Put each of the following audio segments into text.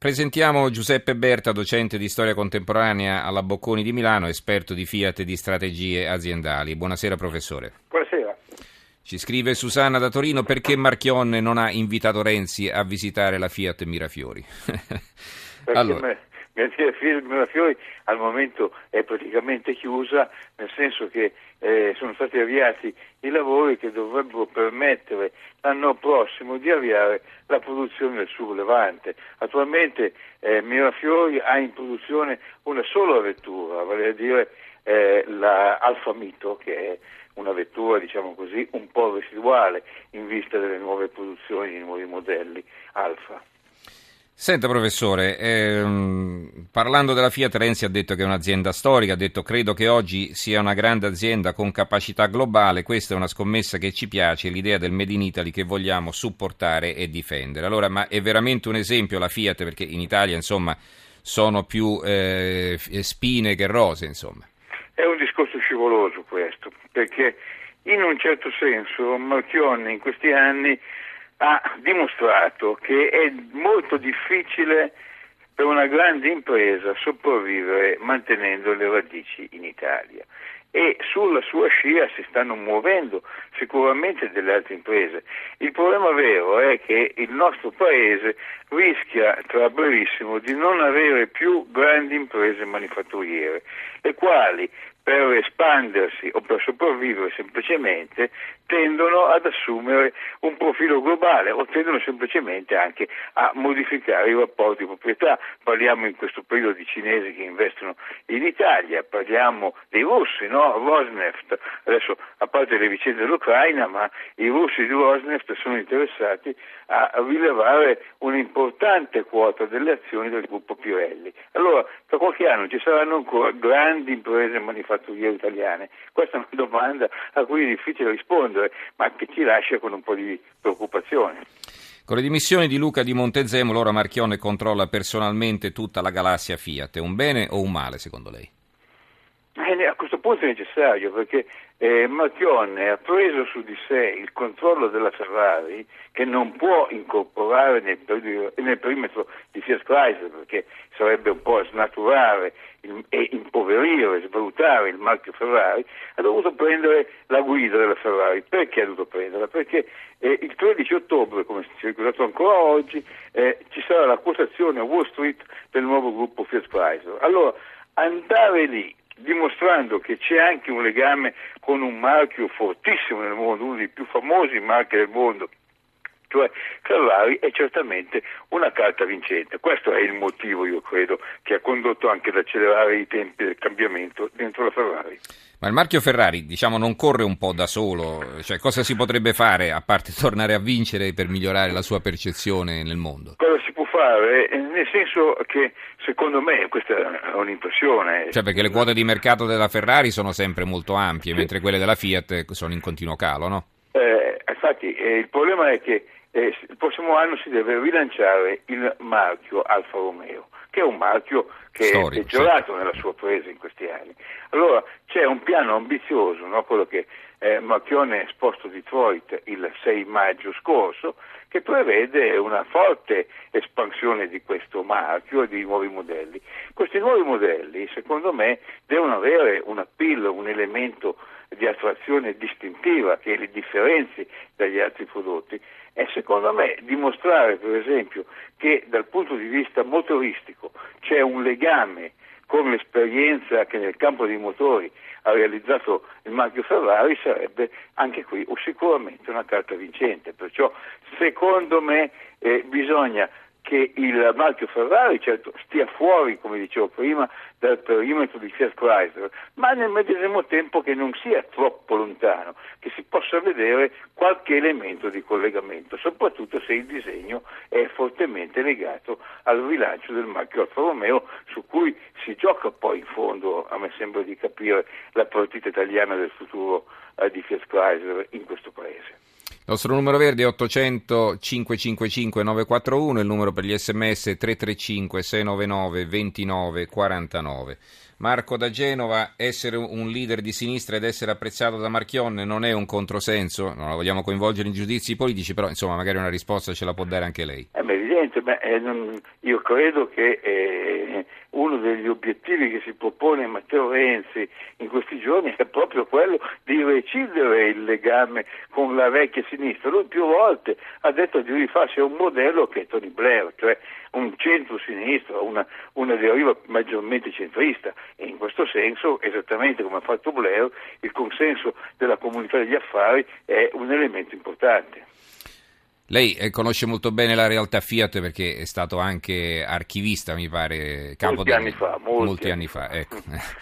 Presentiamo Giuseppe Berta, docente di storia contemporanea alla Bocconi di Milano, esperto di Fiat e di strategie aziendali. Buonasera professore. Buonasera. Ci scrive Susanna da Torino: perché Marchionne non ha invitato Renzi a visitare la Fiat Mirafiori? Perché Allora. la Fiat Mirafiori al momento è praticamente chiusa, nel senso che sono stati avviati i lavori che dovrebbero permettere l'anno prossimo di avviare la produzione del suo Levante. Attualmente Mirafiori ha in produzione una sola vettura, vale a dire la Alfa Mito, che è una vettura, diciamo così, un po' residuale in vista delle nuove produzioni, dei nuovi modelli Alfa. Senta professore, parlando della Fiat, Renzi ha detto che è un'azienda storica, ha detto credo che oggi sia una grande azienda con capacità globale, questa è una scommessa che ci piace, l'idea del Made in Italy che vogliamo supportare e difendere. Allora, ma è veramente un esempio la Fiat, perché in Italia insomma sono più spine che rose, insomma. È un discorso scivoloso questo, perché in un certo senso Marchionne in questi anni ha dimostrato che è molto difficile per una grande impresa sopravvivere mantenendo le radici in Italia, e sulla sua scia si stanno muovendo sicuramente delle altre imprese. Il problema vero è che il nostro paese rischia tra brevissimo di non avere più grandi imprese manifatturiere, le quali per espandersi o per sopravvivere semplicemente tendono ad assumere un profilo globale o tendono semplicemente anche a modificare i rapporti di proprietà. Parliamo in questo periodo di cinesi che investono in Italia, parliamo dei russi, no? Rosneft, adesso a parte le vicende dell'Ucraina, ma i russi di Rosneft sono interessati a rilevare un'importante quota delle azioni del gruppo Pirelli. Allora, tra qualche anno ci saranno ancora grandi imprese manifatturiere italiane? Questa è una domanda a cui è difficile rispondere, ma che ci lascia con un po' di preoccupazione. Con le dimissioni di Luca di Montezemolo, ora Marchionne controlla personalmente tutta la galassia Fiat. È un bene o un male, secondo lei? A questo punto è necessario, perché Marchionne ha preso su di sé il controllo della Ferrari, che non può incorporare nel perimetro di Fiat Chrysler, perché sarebbe un po' snaturare e impoverire, svalutare il marchio Ferrari. Ha dovuto prendere la guida della Ferrari. Perché ha dovuto prenderla? Perché il 13 ottobre, come si è ricordato ancora oggi, ci sarà la quotazione a Wall Street del nuovo gruppo Fiat Chrysler. Allora, andare lì dimostrando che c'è anche un legame con un marchio fortissimo nel mondo, uno dei più famosi marchi del mondo, cioè Ferrari, è certamente una carta vincente. Questo è il motivo, io credo, che ha condotto anche ad accelerare i tempi del cambiamento dentro la Ferrari. Ma il marchio Ferrari, diciamo, non corre un po' da solo? Cioè, cosa si potrebbe fare, a parte tornare a vincere, per migliorare la sua percezione nel mondo? Cosa si può fare? Nel senso che, secondo me, questa è un'impressione. Cioè, perché le quote di mercato della Ferrari sono sempre molto ampie, sì, mentre quelle della Fiat sono in continuo calo, no? Infatti, il problema è che il prossimo anno si deve rilanciare il marchio Alfa Romeo, che è un marchio che storico, è peggiorato, sì, nella sua presa in questi anni. Allora c'è un piano ambizioso, no? Quello che Marchionne ha esposto a Detroit il 6 maggio scorso, che prevede una forte espansione di questo marchio e di nuovi modelli. Questi nuovi modelli, secondo me, devono avere un appeal, un elemento di attrazione distintiva che li differenzi dagli altri prodotti, e secondo me dimostrare, per esempio, che dal punto di vista motoristico c'è un legame con l'esperienza che nel campo dei motori ha realizzato il marchio Ferrari, sarebbe anche qui sicuramente una carta vincente. Perciò secondo me bisogna che il marchio Ferrari, certo, stia fuori, come dicevo prima, dal perimetro di Fiat Chrysler, ma nel medesimo tempo che non sia troppo lontano, che si possa vedere qualche elemento di collegamento, soprattutto se il disegno è fortemente legato al rilancio del marchio Alfa Romeo, su cui si gioca poi in fondo, a me sembra di capire, la partita italiana del futuro di Fiat Chrysler in questo paese. Il nostro numero verde è 800 555 941, il numero per gli sms 335 699 29 49. Marco da Genova: essere un leader di sinistra ed essere apprezzato da Marchionne non è un controsenso? Non la vogliamo coinvolgere in giudizi politici, però insomma magari una risposta ce la può dare anche lei. È evidente Certamente, io credo che uno degli obiettivi che si propone Matteo Renzi in questi giorni è proprio quello di recidere il legame con la vecchia sinistra. Lui più volte ha detto di rifarsi a un modello che è Tony Blair, cioè un centro-sinistra, una deriva maggiormente centrista, e in questo senso, esattamente come ha fatto Blair, il consenso della comunità degli affari è un elemento importante. Lei conosce molto bene la realtà Fiat perché è stato anche archivista, mi pare, molti anni fa. Ecco.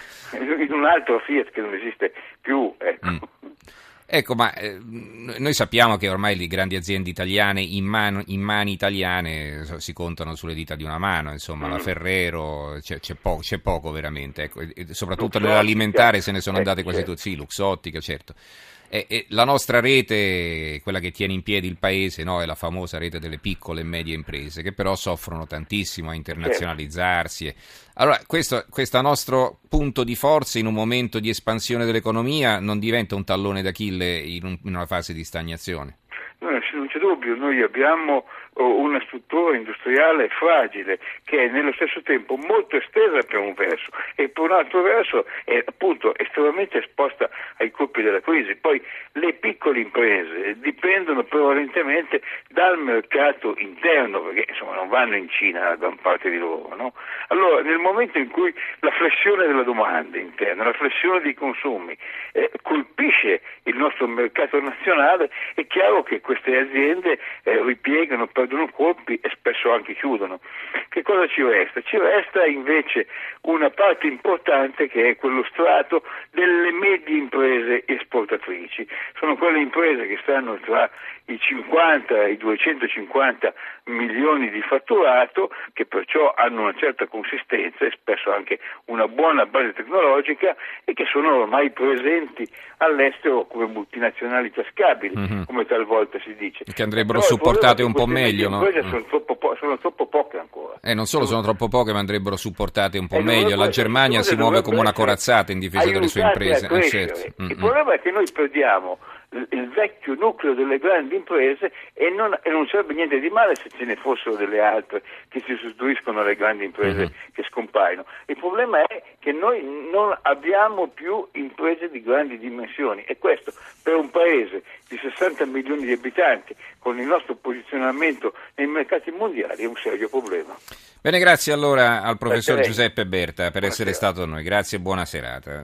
In un altro Fiat che non esiste più, ecco. Ecco, ma noi sappiamo che ormai le grandi aziende italiane in mani italiane si contano sulle dita di una mano, insomma, la Ferrero, c'è poco veramente, ecco, e soprattutto nell'alimentare se ne sono andate quasi tutte, sì, Luxottica, certo. E la nostra rete, quella che tiene in piedi il paese, no, è la famosa rete delle piccole e medie imprese, che però soffrono tantissimo a internazionalizzarsi. Allora, questo nostro punto di forza in un momento di espansione dell'economia non diventa un tallone d'Achille in una fase di stagnazione? No, non c'è dubbio, noi abbiamo una struttura industriale fragile che è nello stesso tempo molto estesa per un verso e per un altro verso è appunto estremamente esposta ai colpi della crisi. Poi le piccole imprese dipendono prevalentemente dal mercato interno, perché insomma non vanno in Cina la gran parte di loro, no? Allora nel momento in cui la flessione della domanda interna, la flessione dei consumi colpisce il nostro mercato nazionale, è chiaro che queste aziende ripiegano, perdono colpi e spesso anche chiudono. Che cosa ci resta? Ci resta invece una parte importante che è quello strato delle medie imprese esportatrici. Sono quelle imprese che stanno tra i 50 e i 250 milioni di fatturato, che perciò hanno una certa consistenza e spesso anche una buona base tecnologica e che sono ormai presenti all'estero come multinazionali tascabili, come talvolta si dice. Che andrebbero supportate un po' meglio, no? Sono troppo poche ancora. Non solo sono troppo poche, ma andrebbero supportate un po' meglio. La Germania si muove come una corazzata in difesa delle sue imprese. Certo. Il problema è che noi perdiamo il vecchio nucleo delle grandi imprese e non sarebbe niente di male se ce ne fossero delle altre che si sostituiscono alle grandi imprese che scompaiono. Il problema è che noi non abbiamo più imprese di grandi dimensioni e questo per un paese di 60 milioni di abitanti con il nostro posizionamento nei mercati mondiali è un serio problema. Bene, grazie allora al professor Giuseppe Berta per essere stato con noi. Grazie e buona serata.